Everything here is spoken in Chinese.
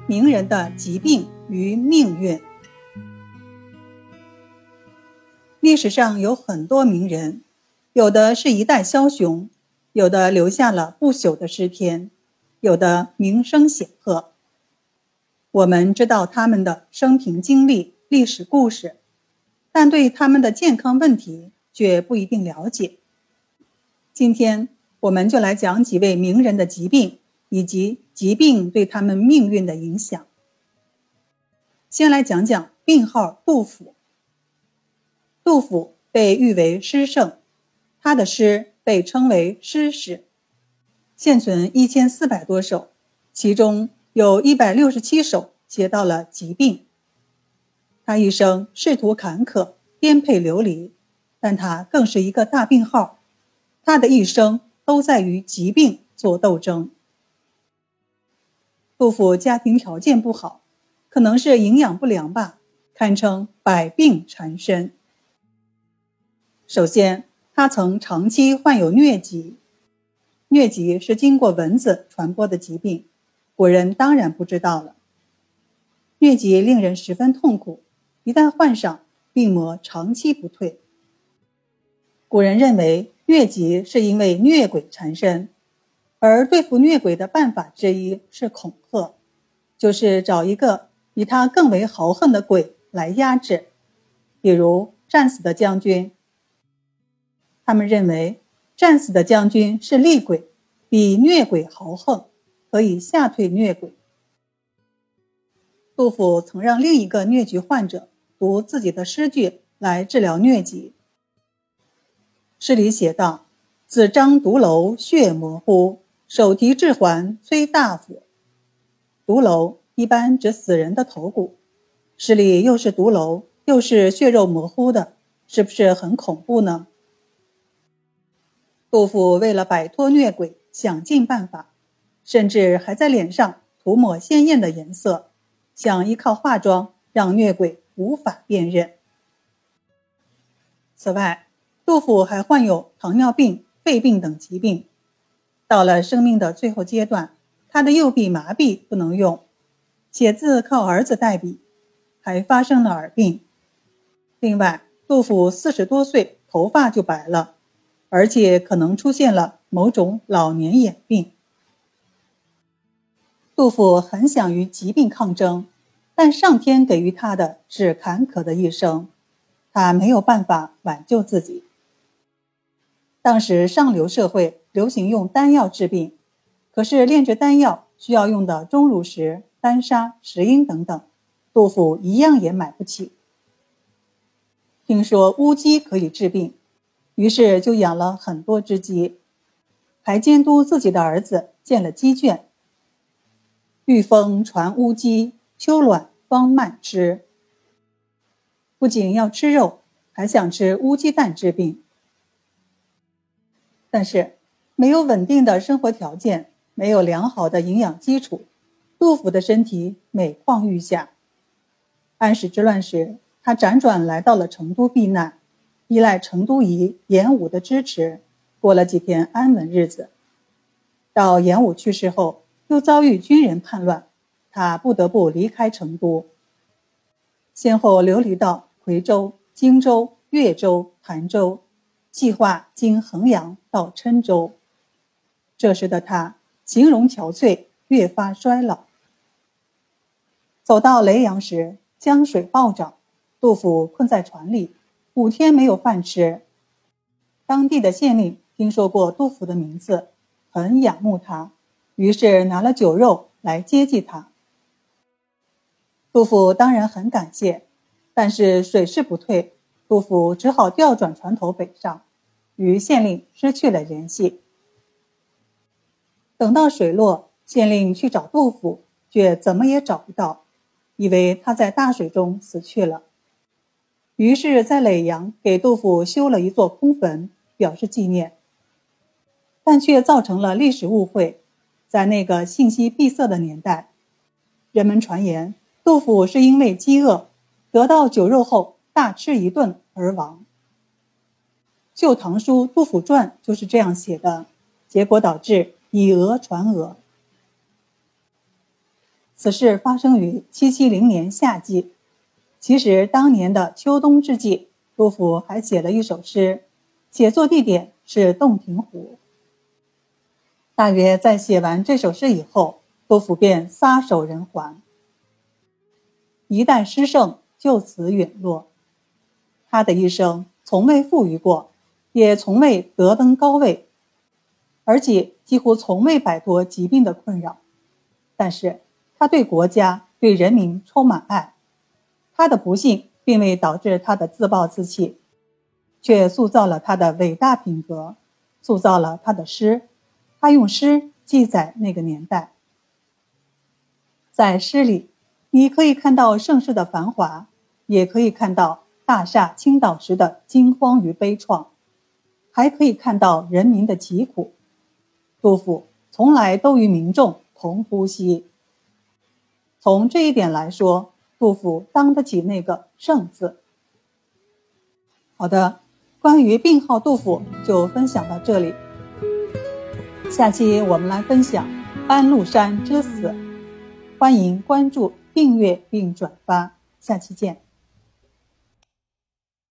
名人的疾病与命运。历史上有很多名人，有的是一代枭雄，有的留下了不朽的诗篇，有的名声显赫。我们知道他们的生平经历、历史故事，但对他们的健康问题却不一定了解。今天我们就来讲几位名人的疾病，以及疾病对他们命运的影响。先来讲讲病号杜甫。杜甫被誉为诗圣，他的诗被称为诗史，现存1400多首，其中有167首写到了疾病。他一生仕途坎坷，颠沛流离，但他更是一个大病号，他的一生都在与疾病做斗争。杜甫家庭条件不好，可能是营养不良吧，堪称百病缠身。首先，他曾长期患有疟疾。疟疾是经过蚊子传播的疾病，古人当然不知道了。疟疾令人十分痛苦，一旦患上，病魔长期不退。古人认为疟疾是因为疟鬼缠身，而对付疟鬼的办法之一是恐吓，就是找一个比他更为豪横的鬼来压制，比如战死的将军。他们认为战死的将军是厉鬼，比疟鬼豪横，可以吓退疟鬼。杜甫曾让另一个疟疾患者读自己的诗句来治疗疟疾。诗里写道：子张毒楼血模糊，手提雉环催大夫。毒楼一般指死人的头骨，诗里又是毒楼又是血肉模糊的，是不是很恐怖呢？杜甫为了摆脱疟鬼，想尽办法，甚至还在脸上涂抹鲜艳的颜色，想依靠化妆让疟鬼无法辨认。此外，杜甫还患有糖尿病、肺病等疾病。到了生命的最后阶段，他的右臂麻痹不能用，写字靠儿子代笔，还发生了耳病。另外，杜甫40多岁头发就白了，而且可能出现了某种老年眼病。杜甫很想与疾病抗争，但上天给予他的是坎坷的一生，他没有办法挽救自己。当时上流社会流行用丹药治病，可是炼制丹药需要用的钟乳石、丹砂、石英等等，杜甫一样也买不起。听说乌鸡可以治病，于是就养了很多只鸡，还监督自己的儿子建了鸡圈。御风传乌鸡，秋卵方慢吃。不仅要吃肉，还想吃乌鸡蛋治病。但是没有稳定的生活条件，没有良好的营养基础，杜甫的身体每况愈下。安史之乱时，他辗转来到了成都避难，依赖成都仪严武的支持，过了几天安稳日子。到严武去世后，又遭遇军人叛乱，他不得不离开成都，先后流离到夔州、荆州、越州、潭州，计划经衡阳到郴州。这时的他形容憔悴，越发衰老。走到雷阳时，江水暴涨，杜甫困在船里，5天没有饭吃。当地的县令听说过杜甫的名字，很仰慕他，于是拿了酒肉来接济他。杜甫当然很感谢，但是水势不退，杜甫只好调转船头北上，与县令失去了联系。等到水落，县令去找杜甫，却怎么也找不到，以为他在大水中死去了。于是在耒阳给杜甫修了一座空坟，表示纪念。但却造成了历史误会，在那个信息闭塞的年代，人们传言杜甫是因为饥饿得到酒肉后大吃一顿而亡。《旧唐书·杜甫传》就是这样写的，结果导致以讹传讹。 此事发生于770年夏季。其实当年的秋冬之际，杜甫还写了一首诗，写作地点是洞庭湖。大约在写完这首诗以后，杜甫便撒手人寰。一代诗圣就此陨落。他的一生从未富裕过，也从未得登高位，而且几乎从未摆脱疾病的困扰。但是他对国家对人民充满爱，他的不幸并未导致他的自暴自弃，却塑造了他的伟大品格，塑造了他的诗。他用诗记载那个年代。在诗里，你可以看到盛世的繁华，也可以看到大厦倾倒时的惊慌与悲怆，还可以看到人民的疾苦。杜甫从来都与民众同呼吸。从这一点来说，杜甫当得起那个圣字。好的，关于病号杜甫就分享到这里。下期我们来分享安禄山之死。欢迎关注、订阅并转发，下期见。